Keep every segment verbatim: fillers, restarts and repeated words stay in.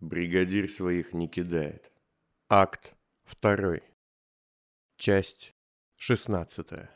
Бригадир своих не кидает. Акт второй. Часть шестнадцатая.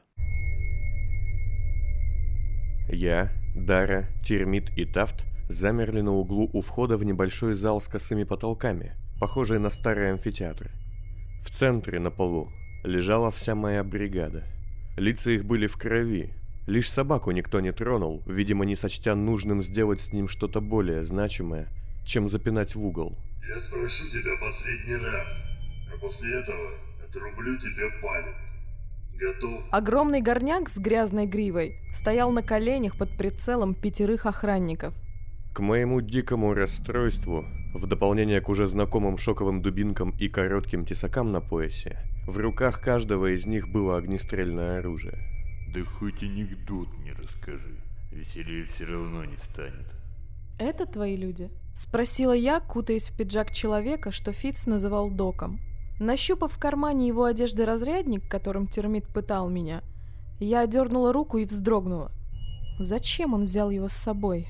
Я, Дара, Термит и Тафт замерли на углу у входа в небольшой зал с косыми потолками, похожий на старый амфитеатр. В центре, на полу, лежала вся моя бригада. Лица их были в крови. Лишь собаку никто не тронул, видимо, не сочтя нужным сделать с ним что-то более значимое, чем запинать в угол. Я спрошу тебя последний раз, а после этого отрублю тебе палец. Готов? Огромный горняк с грязной гривой стоял на коленях под прицелом пятерых охранников. К моему дикому расстройству, в дополнение к уже знакомым шоковым дубинкам и коротким тесакам на поясе, в руках каждого из них было огнестрельное оружие. Да хоть анекдот мне расскажи, веселее все равно не станет. «Это твои люди?» — спросила я, кутаясь в пиджак человека, что Фитц называл доком. Нащупав в кармане его одежды разрядник, которым термит пытал меня, я одернула руку и вздрогнула. Зачем он взял его с собой?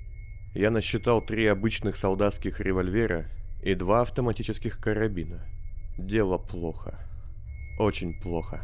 Я насчитал три обычных солдатских револьвера и два автоматических карабина. Дело плохо. Очень плохо.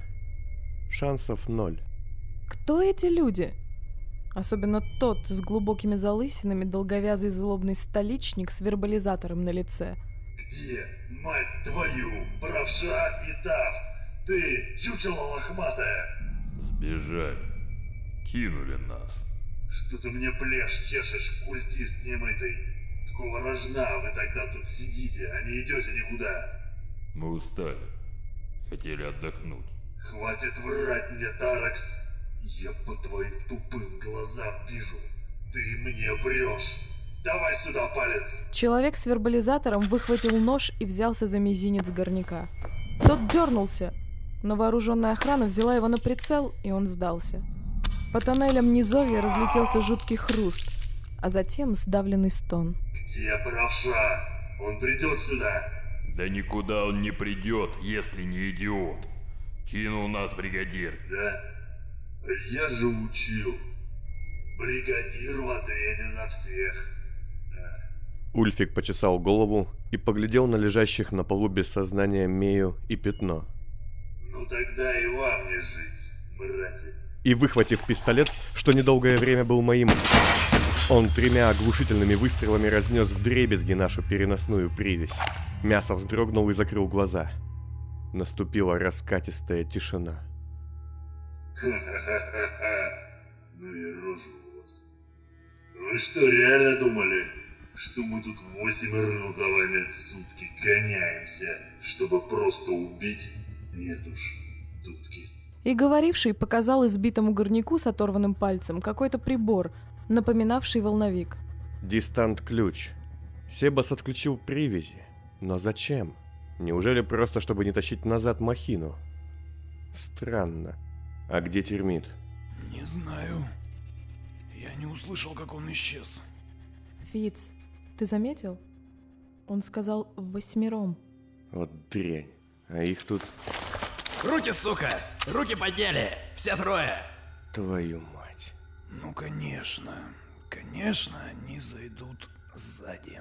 Шансов ноль. Кто эти люди? Особенно тот с глубокими залысинами, долговязый злобный столичник с вербализатором на лице. Где, мать твою, правша и Тафт? Ты, чучело лохматая! Сбежали. Кинули нас. Что ты мне плешь чешешь, культист немытый? Какого рожна вы тогда тут сидите, а не идете никуда? Мы устали. Хотели отдохнуть. Хватит врать мне, Таракс. Я по твоим тупым глазам вижу. Ты мне врешь. Давай сюда палец. Человек с вербализатором выхватил нож и взялся за мизинец горняка. Тот дернулся, но вооруженная охрана взяла его на прицел, и он сдался. По тоннелям низовья разлетелся жуткий хруст, а затем сдавленный стон. Где правша? Он придет сюда. Да никуда он не придет, если не идиот. Кинул нас бригадир. Да? Я же учил. Бригадир в ответе за всех. Ульфик почесал голову и поглядел на лежащих на полу без сознания Мею и Пятно. Ну тогда и вам не жить, мрази. И, выхватив пистолет, что недолгое время был моим, он тремя оглушительными выстрелами разнес вдребезги нашу переносную привязь. Мясо вздрогнул и закрыл глаза. Наступила раскатистая тишина. Ха-ха-ха-ха. Ну и рожа у вас. Вы что, реально думали, что мы тут восемь рыл за вами в сутки гоняемся, чтобы просто убить? Нет уж, дудки. И говоривший показал избитому горняку с оторванным пальцем какой-то прибор, напоминавший волновик. Дистант-ключ. Себас отключил привязи. Но зачем? Неужели просто, чтобы не тащить назад махину? Странно. А где Термит? Не знаю. Я не услышал, как он исчез. Фитц, ты заметил? Он сказал восьмером. Вот дрянь. А их тут... Руки, сука! Руки подняли! Все трое! Твою мать. Ну, конечно. Конечно, они зайдут сзади.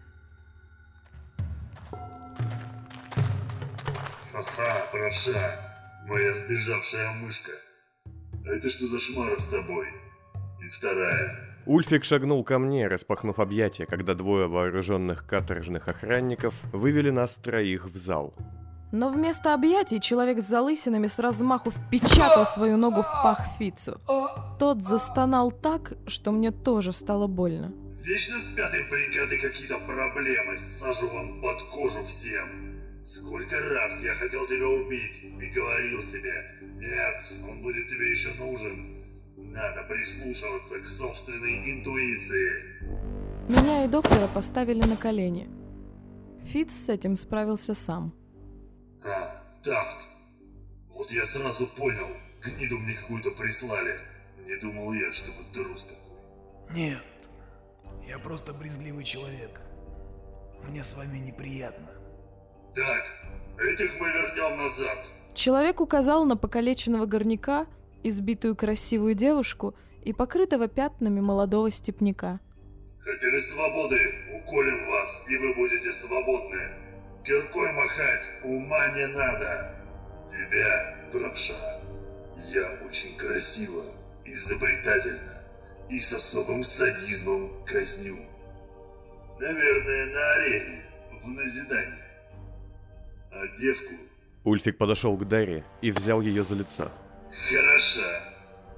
Ха-ха, правша. Моя сбежавшая мышка. А это что за шмара с тобой? И вторая. Ульфик шагнул ко мне, распахнув объятия, когда двое вооруженных каторжных охранников вывели нас троих в зал. Но вместо объятий человек с залысинами с размаху впечатал свою ногу в пах Фитцу. Тот застонал так, что мне тоже стало больно. Вечно с пятой бригады какие-то проблемы. Сажу вам под кожу всем. Сколько раз я хотел тебя убить и говорил себе: нет, он будет тебе еще нужен. Надо прислушиваться к собственной интуиции. Меня и доктора поставили на колени. Фитц с этим справился сам. А, Тафт. Вот я сразу понял, гниду мне какую-то прислали. Не думал я, что вы трус такой. Нет, я просто брезгливый человек. Мне с вами неприятно. Так, этих мы вернем назад. Человек указал на покалеченного горняка, избитую красивую девушку и покрытого пятнами молодого степняка. Хотели свободы, уколем вас, и вы будете свободны. Киркой махать ума не надо. Тебя, правша, я очень красиво, изобретательно и с особым садизмом казню. Наверное, на арене, в назидание. А девку... Ульфик подошел к Дарье и взял ее за лицо. Хороша.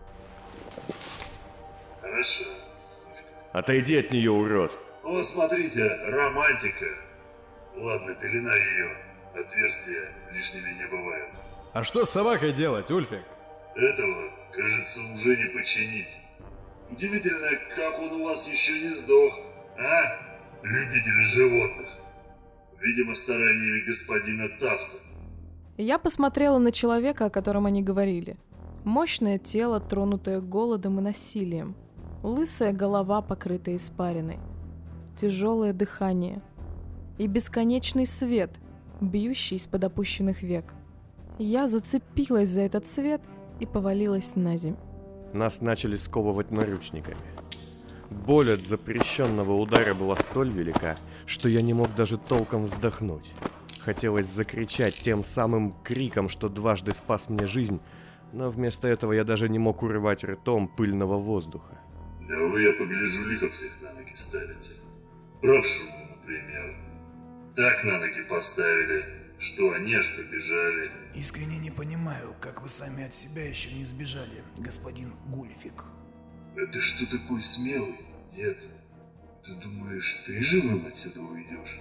Хорошо, сучка. Отойди от нее, урод. О, смотрите, романтика. Ладно, пеленай ее. Отверстия лишними не бывают. А что с собакой делать, Ульфик? Этого, кажется, уже не починить. Удивительно, как он у вас еще не сдох, а? Любители животных. Видимо, стараниями господина Тафта. Я посмотрела на человека, о котором они говорили. Мощное тело, тронутое голодом и насилием. Лысая голова, покрытая испариной. Тяжелое дыхание. И бесконечный свет, бьющий из-под опущенных век. Я зацепилась за этот свет и повалилась на земь. Нас начали сковывать наручниками. Боль от запрещенного удара была столь велика, что я не мог даже толком вздохнуть. Хотелось закричать тем самым криком, что дважды спас мне жизнь, но вместо этого я даже не мог урывать ртом пыльного воздуха. Да вы, я погляжу, лихо всех на ноги ставите. Правшу, например. Так на ноги поставили, что они аж побежали. Искренне не понимаю, как вы сами от себя еще не сбежали, господин Гульфик. Это что такой смелый, дед? Ты думаешь, ты живым отсюда уйдешь?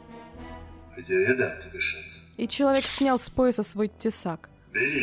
Хотя я дам тебе шанс. И человек снял с пояса свой тесак. Бери.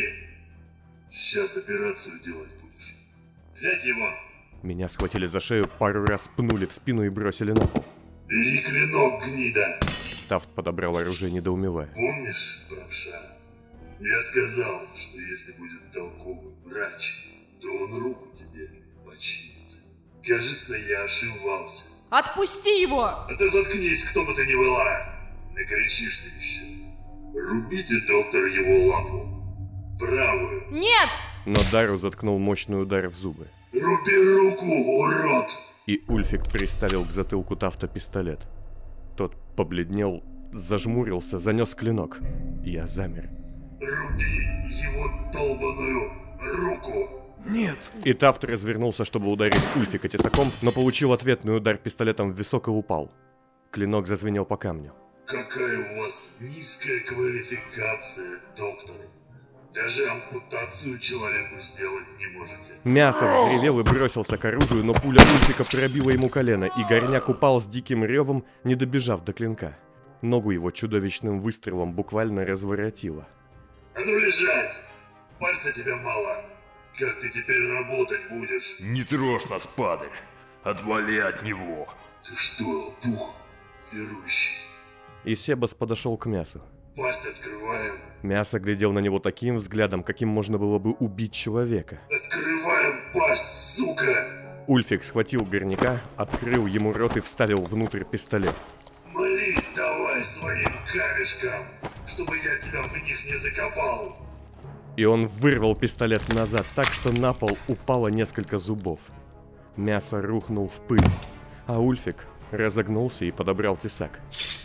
Сейчас операцию делать будешь. Взять его. Меня схватили за шею, пару раз пнули в спину и бросили на пол. Бери клинок, гнида. Тафт подобрал оружие, недоумевая. Помнишь, правша? Я сказал, что если будет толковый врач, то он руку тебе починит. Кажется, я ошибался. Отпусти его! А ты заткнись, кто бы ты ни была. Накричишься еще. Рубите, доктор, его лапу. Правую. Нет! Но Дару заткнул мощный удар в зубы. Руби руку, урод! И Ульфик приставил к затылку Тафта пистолет. Тот побледнел, зажмурился, занес клинок. Я замер. Руби его долбаную руку! Нет! И Тафт развернулся, чтобы ударить Ульфика тесаком, но получил ответный удар пистолетом в висок и упал. Клинок зазвенел по камню. Какая у вас низкая квалификация, доктор. Даже ампутацию человеку сделать не можете. Мясо взревел и бросился к оружию, но пуля Ульфика пробила ему колено, и горняк упал с диким ревом, не добежав до клинка. Ногу его чудовищным выстрелом буквально разворотило. А ну лежать! Пальца тебя мало. Как ты теперь работать будешь? Не трожь нас, падаль. Отвали от него. Ты что, пух верующий? И Себас подошел к мясу. Пасть открываем. Мясо глядел на него таким взглядом, каким можно было бы убить человека. Открываем пасть, сука! Ульфик схватил горняка, открыл ему рот и вставил внутрь пистолет. Молись давай своим камешкам, чтобы я тебя в них не закопал. И он вырвал пистолет назад так, что на пол упало несколько зубов. Мясо рухнул в пыль, а Ульфик разогнулся и подобрал тесак.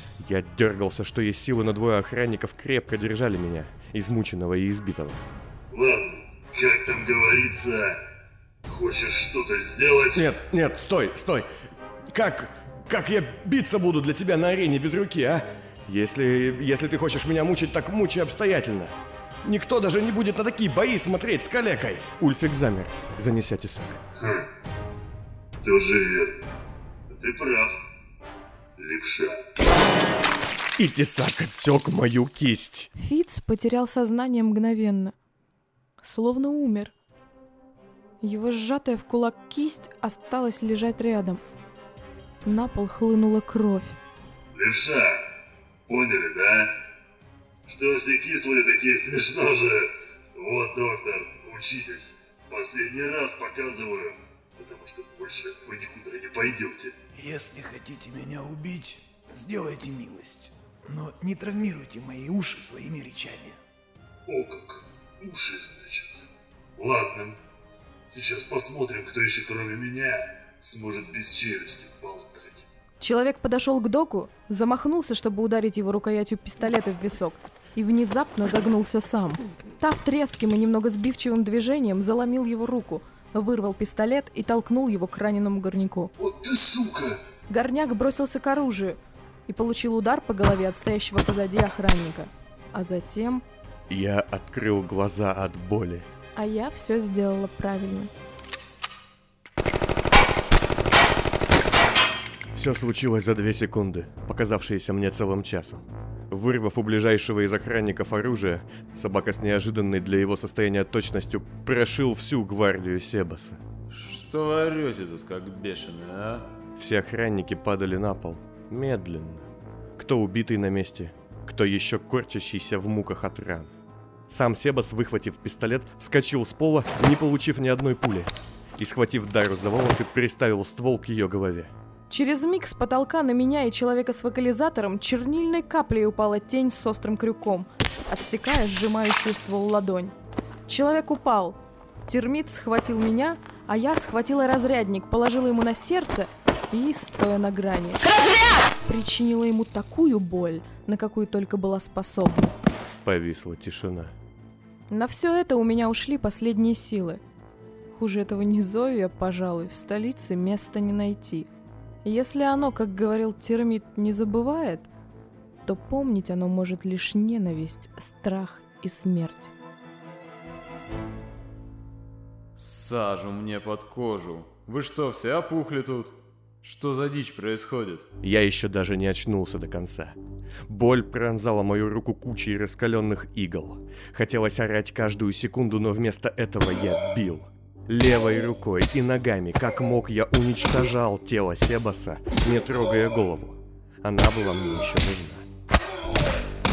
Я дергался, что есть силы, но двое охранников крепко держали меня, измученного и избитого. Ладно, как там говорится, хочешь что-то сделать? Нет, нет, стой, стой. Как, как я биться буду для тебя на арене без руки, а? Если, если ты хочешь меня мучить, так мучи обстоятельно. Никто даже не будет на такие бои смотреть с калекой. Ульфик замер, занеся тесак. Хм, тоже верно. Ты прав, левша. И тесак отсек мою кисть. Фиц потерял сознание мгновенно. Словно умер. Его сжатая в кулак кисть осталась лежать рядом. На пол хлынула кровь. Левша, поняли, да? Что все кислые такие, смешно же. Вот, доктор, учитесь. Последний раз показываю, потому что больше вы никуда не пойдете. Если хотите меня убить, сделайте милость. Но не травмируйте мои уши своими речами. О как, уши, значит. Ладно, сейчас посмотрим, кто еще кроме меня сможет без челюсти болтать. Человек подошел к доку, замахнулся, чтобы ударить его рукоятью пистолета в висок, и внезапно загнулся сам. Тафт резким и немного сбивчивым движением заломил его руку, вырвал пистолет и толкнул его к раненому горняку. Вот ты сука! Горняк бросился к оружию и получил удар по голове от стоящего позади охранника. А затем... Я открыл глаза от боли. А я все сделала правильно. Все случилось за две секунды, показавшиеся мне целым часом. Вырвав у ближайшего из охранников оружие, собака с неожиданной для его состояния точностью прошил всю гвардию Себаса. Что вы орете тут, как бешеные, а? Все охранники падали на пол, медленно. Кто убитый на месте, кто еще корчащийся в муках от ран. Сам Себас, выхватив пистолет, вскочил с пола, не получив ни одной пули, и, схватив Дару за волосы, приставил ствол к ее голове. Через миг с потолка на меня и человека с вокализатором чернильной каплей упала тень с острым крюком, отсекая сжимающую ствол ладонь. Человек упал. Термит схватил меня, а я схватила разрядник, положила ему на сердце и, стоя на грани, «Разряд!» причинила ему такую боль, на какую только была способна. Повисла тишина. На все это у меня ушли последние силы. Хуже этого низовья, пожалуй, в столице места не найти. Если оно, как говорил Термит, не забывает, то помнить оно может лишь ненависть, страх и смерть. Сажу мне под кожу. Вы что, все опухли тут? Что за дичь происходит? Я еще даже не очнулся до конца. Боль пронзала мою руку кучей раскаленных игл. Хотелось орать каждую секунду, но вместо этого я бил. Левой рукой и ногами, как мог, я уничтожал тело Себаса, не трогая голову. Она была мне еще нужна.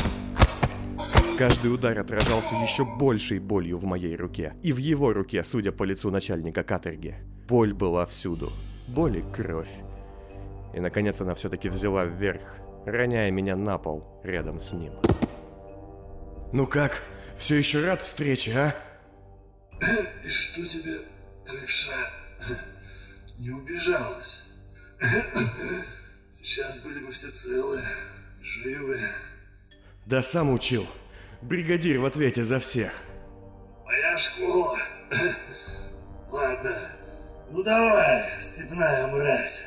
Каждый удар отражался еще большей болью в моей руке. И в его руке, судя по лицу начальника каторги. Боль была всюду. Боль и кровь. И, наконец, она все-таки взяла вверх, роняя меня на пол рядом с ним. «Ну как? Все еще рад встрече, а?» И что тебе, левша, не убежалась? Сейчас были бы все целы, живы. Да сам учил. Бригадир в ответе за всех. Моя школа. Ладно, ну давай, степная мразь.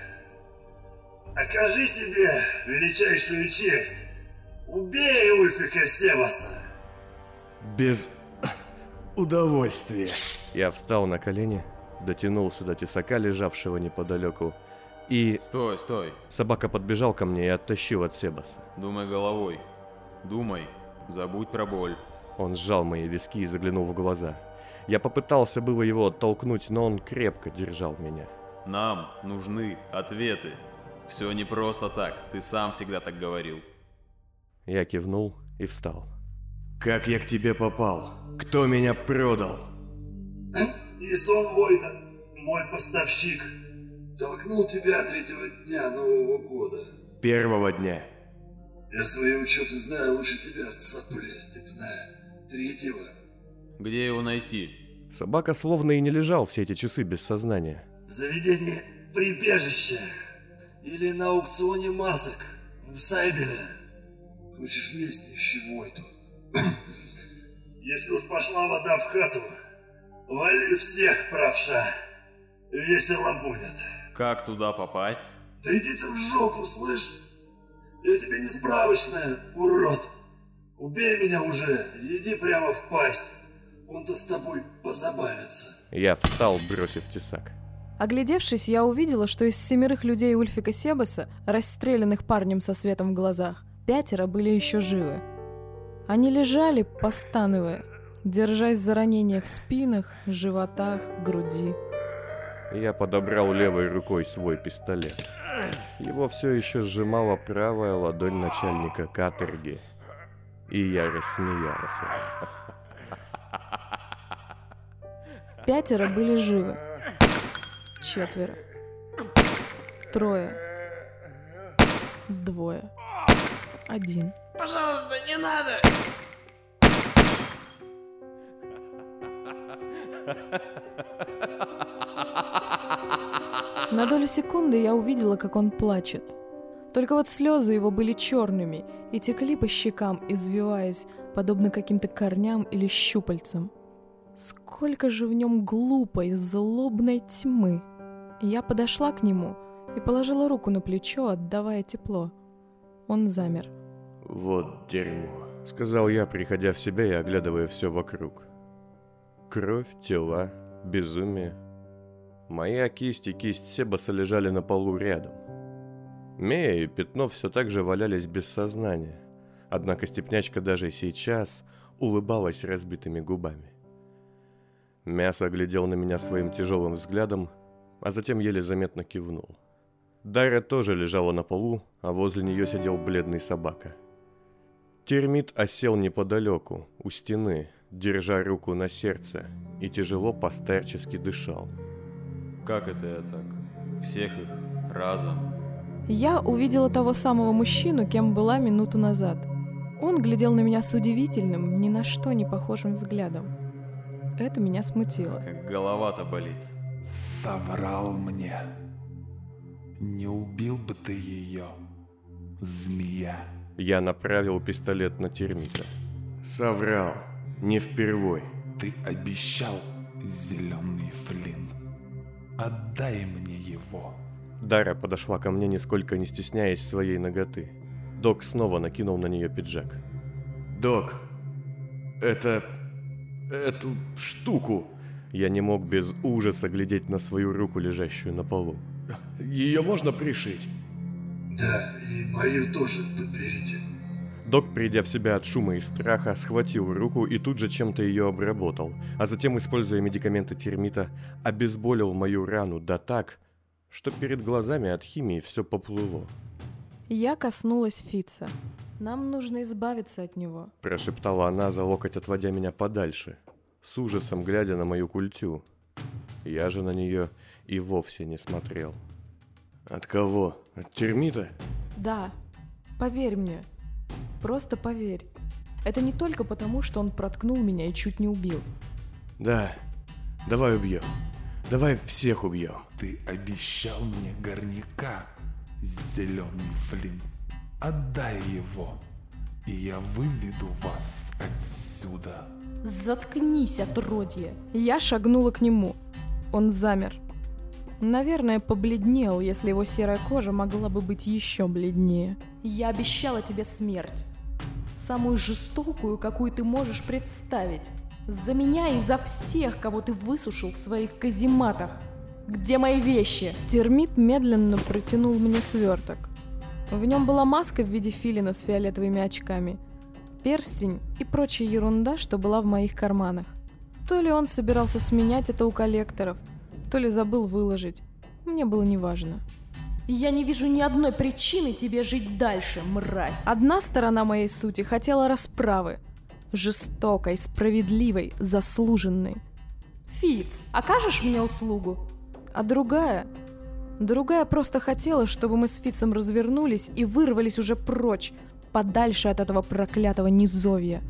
Окажи себе величайшую честь. Убей Ульфика Себаса. Без удовольствия. Я встал на колени, дотянулся до тесака, лежавшего неподалеку, и... Стой, стой. Собака подбежал ко мне и оттащил от Себаса. Думай головой. Думай. Забудь про боль. Он сжал мои виски и заглянул в глаза. Я попытался было его оттолкнуть, но он крепко держал меня. Нам нужны ответы. Все не просто так. Ты сам всегда так говорил. Я кивнул и встал. Как я к тебе попал? Кто меня продал? Исон Войта, мой поставщик, толкнул тебя третьего дня Нового года. Первого дня. Я свои учеты знаю лучше тебя, сопля степная. Третьего. Где его найти? Собака словно и не лежал все эти часы без сознания. В заведении прибежища. Или на аукционе масок. У Сайбеля. Хочешь вместе, ищи Войту. Если уж пошла вода в хату, вали всех, правша. Весело будет. Как туда попасть? Да иди ты в жопу, слышь? Я тебе не справочная, урод. Убей меня уже и иди прямо в пасть. Он-то с тобой позабавится. Я встал, бросив тесак. Оглядевшись, я увидела, что из семерых людей Ульфика Себаса, расстрелянных парнем со светом в глазах, пятеро были еще живы. Они лежали, постановая, держась за ранения в спинах, животах, груди. Я подобрал левой рукой свой пистолет. Его все еще сжимала правая ладонь начальника каторги. И я рассмеялся. Пятеро были живы. Четверо. Трое. Двое. Один. Пожалуйста, не надо! На долю секунды я увидела, как он плачет. Только вот слезы его были черными и текли по щекам, извиваясь, подобно каким-то корням или щупальцам. Сколько же в нем глупой, злобной тьмы! Я подошла к нему и положила руку на плечо, отдавая тепло. Он замер. «Вот дерьмо», — сказал я, приходя в себя и оглядывая все вокруг. Кровь, тела, безумие. Моя кисть и кисть Себаса лежали на полу рядом. Мея и Пятно все так же валялись без сознания, однако степнячка даже сейчас улыбалась разбитыми губами. Мясо глядел на меня своим тяжелым взглядом, а затем еле заметно кивнул. Дайра тоже лежала на полу, а возле нее сидел бледный собака. Термит осел неподалеку, у стены, держа руку на сердце, и тяжело постарчески дышал. Как это я так? Всех их разом? Я увидела того самого мужчину, кем была минуту назад. Он глядел на меня с удивительным, ни на что не похожим взглядом. Это меня смутило. Как голова-то болит. Соврал мне. Не убил бы ты ее, змея. Я направил пистолет на Термита. Соврал. Не впервой. Ты обещал зеленый флин. Отдай мне его. Дара подошла ко мне, нисколько не стесняясь своей наготы. Док снова накинул на нее пиджак. «Док, это... эту штуку...» Я не мог без ужаса глядеть на свою руку, лежащую на полу. «Ее можно пришить?» Да, и мою тоже подберите. Док, придя в себя от шума и страха, схватил руку и тут же чем-то ее обработал, а затем, используя медикаменты Термита, обезболил мою рану, да так, что перед глазами от химии все поплыло. Я коснулась Фитца. Нам нужно избавиться от него. Прошептала она, за локоть отводя меня подальше, с ужасом глядя на мою культю. Я же на нее и вовсе не смотрел. От кого? От Термита? Да, поверь мне. Просто поверь. Это не только потому, что он проткнул меня и чуть не убил. Да, давай убьем. Давай всех убьем. Ты обещал мне горняка, зеленый флин. Отдай его, и я выведу вас отсюда. Заткнись, отродье. Я шагнула к нему. Он замер. Наверное, побледнел, если его серая кожа могла бы быть еще бледнее. Я обещала тебе смерть. Самую жестокую, какую ты можешь представить. За меня и за всех, кого ты высушил в своих казематах. Где мои вещи? Термит медленно протянул мне сверток. В нем была маска в виде филина с фиолетовыми очками, перстень и прочая ерунда, что была в моих карманах. То ли он собирался сменять это у коллекторов, то ли забыл выложить. Мне было неважно. Я не вижу ни одной причины тебе жить дальше, мразь. Одна сторона моей сути хотела расправы. Жестокой, справедливой, заслуженной. Фитц, окажешь мне услугу? А другая... Другая просто хотела, чтобы мы с Фитцем развернулись и вырвались уже прочь, подальше от этого проклятого низовья.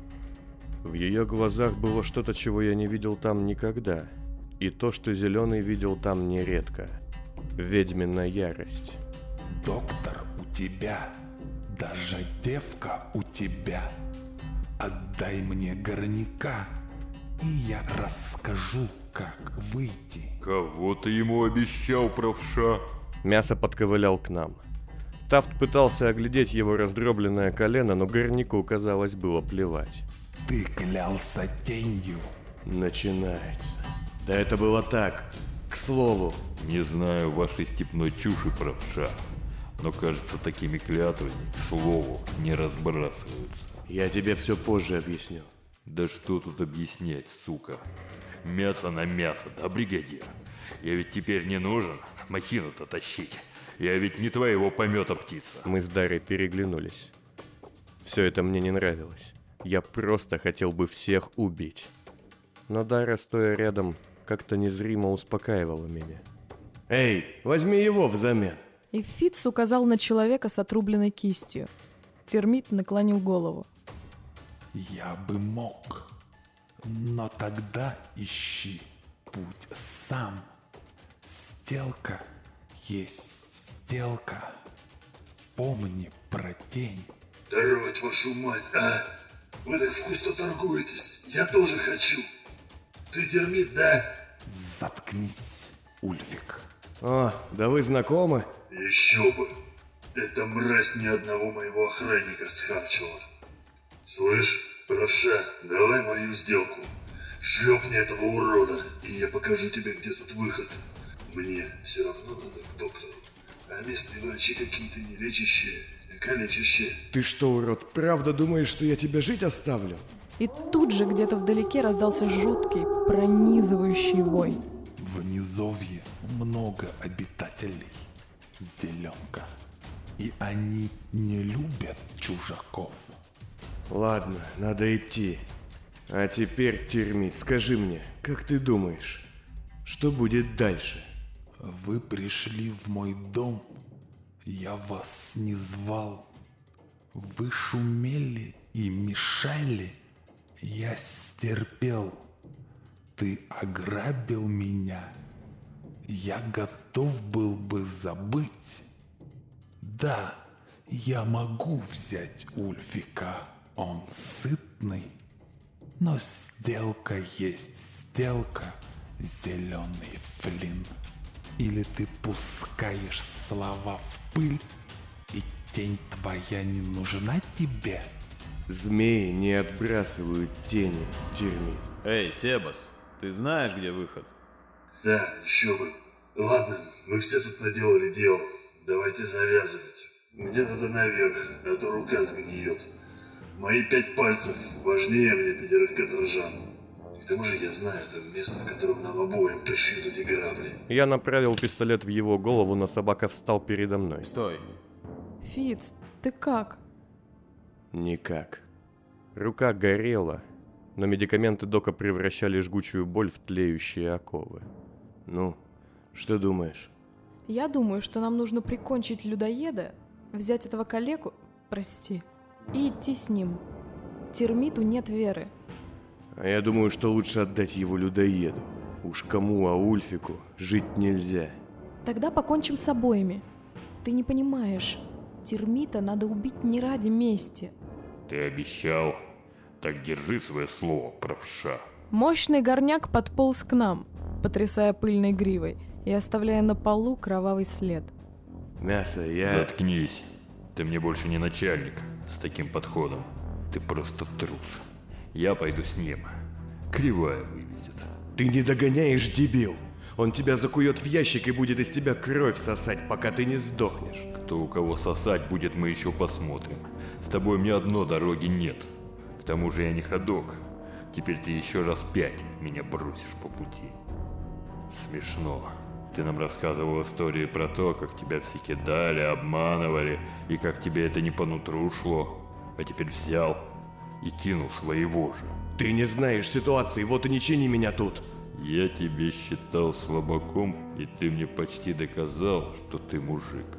В ее глазах было что-то, чего я не видел там никогда. И то, что Зеленый видел там нередко. Ведьмина ярость. Доктор у тебя, даже девка у тебя. Отдай мне горняка, и я расскажу, как выйти. Кого ты ему обещал, правша? Мясо подковылял к нам. Тафт пытался оглядеть его раздробленное колено, но горняку, казалось, было плевать. Ты клялся тенью. Начинается. Да это было так, к слову. Не знаю вашей степной чуши, правша, но, кажется, такими клятвами, к слову, не разбрасываются. Я тебе все позже объясню. Да что тут объяснять, сука? Мясо на мясо, да, бригадир? Я ведь теперь не нужен махину-то тащить. Я ведь не твоего помета птица. Мы с Дарой переглянулись. Все это мне не нравилось. Я просто хотел бы всех убить. Но Дара, стоя рядом, как-то незримо успокаивала меня. «Эй, возьми его взамен!» И Фитц указал на человека с отрубленной кистью. Термит наклонил голову. Я бы мог, но тогда ищи путь сам. Сделка есть сделка. помни про тень. Даровать вашу мать, а? Вы так вкусно торгуетесь. Я тоже хочу. Ты термит, да? Заткнись, Ульфик. О, да вы знакомы? Еще бы. Эта мразь ни одного моего охранника схарчила. Слышь, правша, давай мою сделку. Шлепни этого урода, и я покажу тебе, где тут выход. Мне все равно надо к доктору. А местные врачи какие-то не лечащие, а калечащие. Ты что, урод, правда думаешь, что я тебя жить оставлю? И тут же где-то вдалеке раздался жуткий, пронизывающий вой. В низовье много обитателей. Зеленка. И они не любят чужаков. Ладно, надо идти. А теперь, термит, скажи мне, как ты думаешь, что будет дальше? Вы пришли в мой дом. Я вас не звал. Вы шумели и мешали. Я стерпел. Ты ограбил меня. Я готов был бы забыть. Да, я могу взять Ульфика. Он сытный. Но сделка есть сделка, зеленый флин. Или ты пускаешь слова в пыль, и тень твоя не нужна тебе? Змеи не отбрасывают тени, термит. Эй, Себас, ты знаешь, где выход? Да, еще бы. Ладно, мы все тут наделали дел. Давайте завязывать. Мне надо наверх, а то рука сгниет. Мои пять пальцев важнее мне пятерых каторжан. И к тому же я знаю это место, в котором нам обоим пришьют эти грабли. Я направил пистолет в его голову, но собака встал передо мной. Стой. Фиц, ты как? Никак. Рука горела, но медикаменты Дока превращали жгучую боль в тлеющие оковы. Ну, что думаешь? Я думаю, что нам нужно прикончить людоеда, взять этого калеку, прости, и идти с ним. Термиту нет веры. А я думаю, что лучше отдать его людоеду. Уж кому, а Ульфику жить нельзя. Тогда покончим с обоими. Ты не понимаешь, термита надо убить не ради мести. Ты обещал. Так держи свое слово, правша. Мощный горняк подполз к нам, потрясая пыльной гривой и оставляя на полу кровавый след. Мясо, я... Заткнись. Ты мне больше не начальник с таким подходом. Ты просто трус. Я пойду с ним. Кривая вывезет. Ты не догоняешь, дебил. Он тебя закует в ящик и будет из тебя кровь сосать, пока ты не сдохнешь. Кто у кого сосать будет, мы еще посмотрим. С тобой мне одной дороги нет. К тому же я не ходок. Теперь ты еще раз пять меня бросишь по пути. Смешно. Ты нам рассказывал истории про то, как тебя все кидали, обманывали, и как тебе это не по нутру шло. А теперь взял и кинул своего же. Ты не знаешь ситуации, вот и не чини меня тут. Я тебя считал слабаком, и ты мне почти доказал, что ты мужик.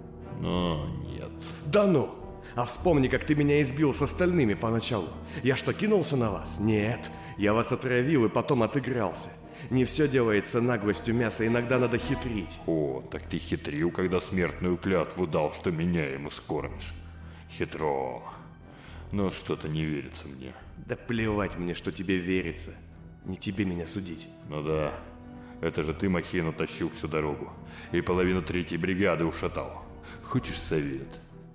Но нет. Да ну! А вспомни, как ты меня избил с остальными поначалу. Я что, кинулся на вас? Нет. Я вас отравил и потом отыгрался. Не все делается наглостью мяса, иногда надо хитрить. О, так ты хитрил, когда смертную клятву дал, что меня ему скормишь. Хитро. Но что-то не верится мне. Да плевать мне, что тебе верится. Не тебе меня судить. Ну да, это же ты махину тащил всю дорогу. И половину третьей бригады ушатал. Хочешь совет?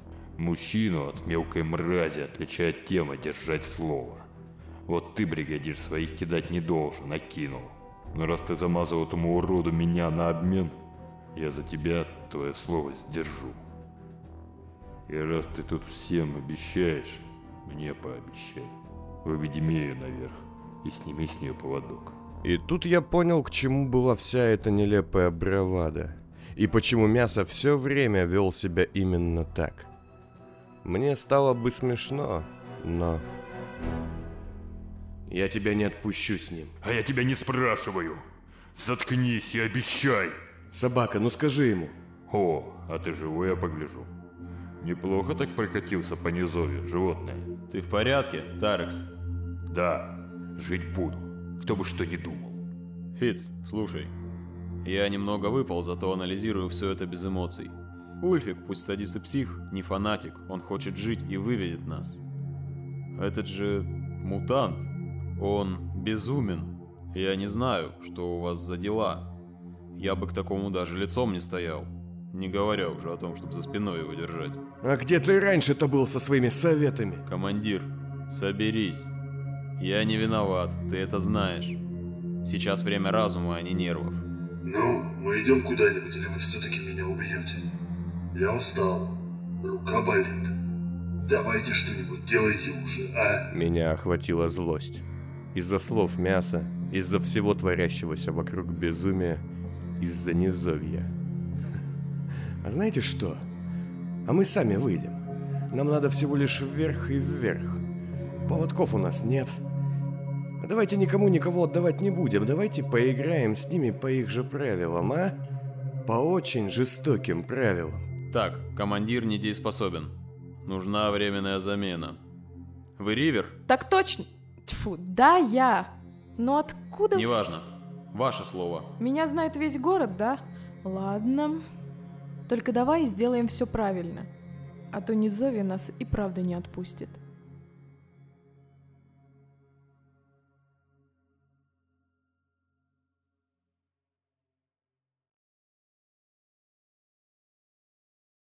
Мужчину от мелкой мрази отличает тема держать слово. Вот ты, бригадир, своих кидать не должен, а кинул. Но раз ты замазал этому уроду меня на обмен, я за тебя твое слово сдержу. И раз ты тут всем обещаешь, мне пообещай. Выведи Мею наверх и сними с нее поводок. И тут я понял, к чему была вся эта нелепая бравада. И почему мясо все время вел себя именно так. Мне стало бы смешно, но... Я тебя не отпущу с ним. А я тебя не спрашиваю. Заткнись и обещай. Собака, ну скажи ему. О, а ты живой, я погляжу. Неплохо так прокатился по низовью, животное. Ты в порядке, Тарекс? Да, жить буду, кто бы что ни думал. Фиц, слушай. Я немного выпал, зато анализирую все это без эмоций. Ульфик, пусть садист и псих, не фанатик, он хочет жить и выведет нас. Этот же мутант, он безумен. Я не знаю, что у вас за дела. Я бы к такому даже лицом не стоял. Не говоря уже о том, чтобы за спиной его держать. А где ты раньше-то был со своими советами? Командир, соберись. Я не виноват, ты это знаешь. Сейчас время разума, а не нервов. Ну, мы идем куда-нибудь, или вы все-таки меня убьете? Я устал. Рука болит. Давайте что-нибудь делайте уже, а? Меня охватила злость. Из-за слов мяса, из-за всего творящегося вокруг безумия, из-за низовья. А знаете что? А мы сами выйдем. Нам надо всего лишь вверх и вверх. Поводков у нас нет. А давайте никому никого отдавать не будем. Давайте поиграем с ними по их же правилам, а? По очень жестоким правилам. Так, командир недееспособен. Нужна временная замена. Вы Ривер? Так точно. Тьфу, да, я. Но откуда... Неважно. Ваше слово. Меня знает весь город, да? Ладно. Только давай сделаем все правильно. А то Низови нас и правда не отпустит.